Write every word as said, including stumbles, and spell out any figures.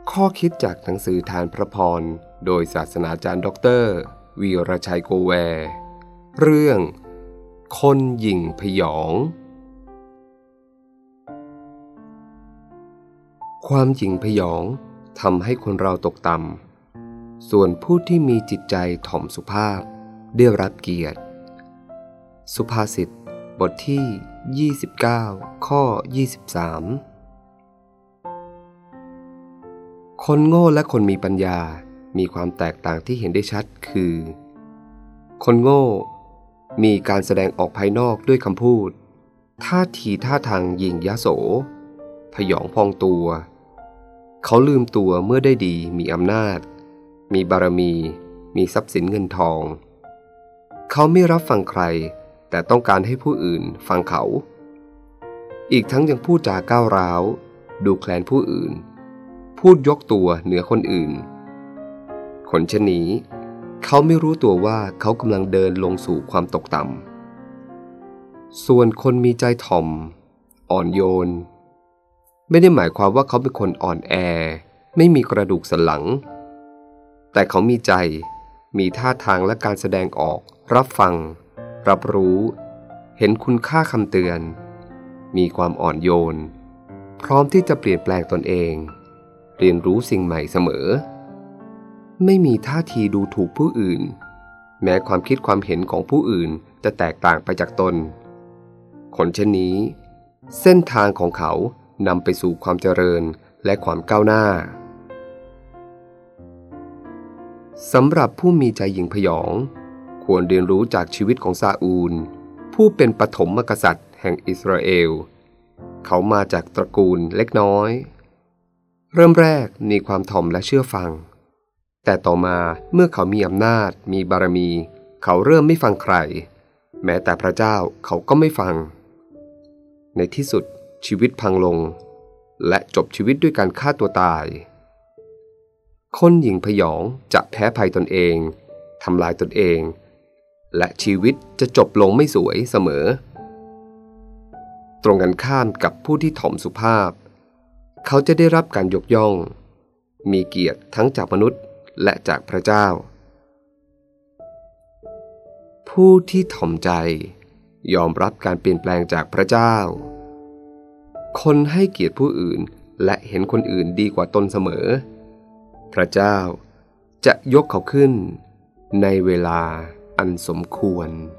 ข้อคิดจากหนังสือทานพระพรโดยศาสนาจารย์ด็อกเตอร์วีรชัยโกแวร์เรื่องคนหยิ่งพยองความหยิ่งพยองทำให้คนเราตกต่ำส่วนผู้ที่มีจิตใจถ่อมสุภาพได้รับเกียรติสุภาษิตบทที่ยี่สิบเก้าข้อยี่สิบสามคนโง่และคนมีปัญญามีความแตกต่างที่เห็นได้ชัดคือคนโง่มีการแสดงออกภายนอกด้วยคำพูดท่าทีท่าทางหยิ่งยโสพยองพองตัวเขาลืมตัวเมื่อได้ดีมีอำนาจมีบารมีมีทรัพย์สินเงินทองเขาไม่รับฟังใครแต่ต้องการให้ผู้อื่นฟังเขาอีกทั้งยังพูดจาก้าวร้าวดูแคลนผู้อื่นพูดยกตัวเหนือคนอื่นคนเช่นนี้เขาไม่รู้ตัวว่าเขากำลังเดินลงสู่ความตกต่ำส่วนคนมีใจถ่อมอ่อนโยนไม่ได้หมายความว่าเขาเป็นคนอ่อนแอไม่มีกระดูกสันหลังแต่เขามีใจมีท่าทางและการแสดงออกรับฟังรับรู้เห็นคุณค่าคำเตือนมีความอ่อนโยนพร้อมที่จะเปลี่ยนแปลงตนเองเรียนรู้สิ่งใหม่เสมอไม่มีท่าทีดูถูกผู้อื่นแม้ความคิดความเห็นของผู้อื่นจะแตกต่างไปจากตนคนเช่นนี้เส้นทางของเขานำไปสู่ความเจริญและความก้าวหน้าสำหรับผู้มีใจหยิ่งพยองควรเรียนรู้จากชีวิตของซาอูลผู้เป็นปฐมกษัตริย์แห่งอิสราเอลเขามาจากตระกูลเล็กน้อยเริ่มแรกมีความถ่อมและเชื่อฟังแต่ต่อมาเมื่อเขามีอำนาจมีบารมีเขาเริ่มไม่ฟังใครแม้แต่พระเจ้าเขาก็ไม่ฟังในที่สุดชีวิตพังลงและจบชีวิตด้วยการฆ่าตัวตายคนหยิ่งพยองจะแพ้ภัยตนเองทำลายตนเองและชีวิตจะจบลงไม่สวยเสมอตรงกันข้ามกับผู้ที่ถ่อมสุภาพเขาจะได้รับการยกย่องมีเกียรติทั้งจากมนุษย์และจากพระเจ้าผู้ที่ถ่อมใจยอมรับการเปลี่ยนแปลงจากพระเจ้าคนให้เกียรติผู้อื่นและเห็นคนอื่นดีกว่าตนเสมอพระเจ้าจะยกเขาขึ้นในเวลาอันสมควร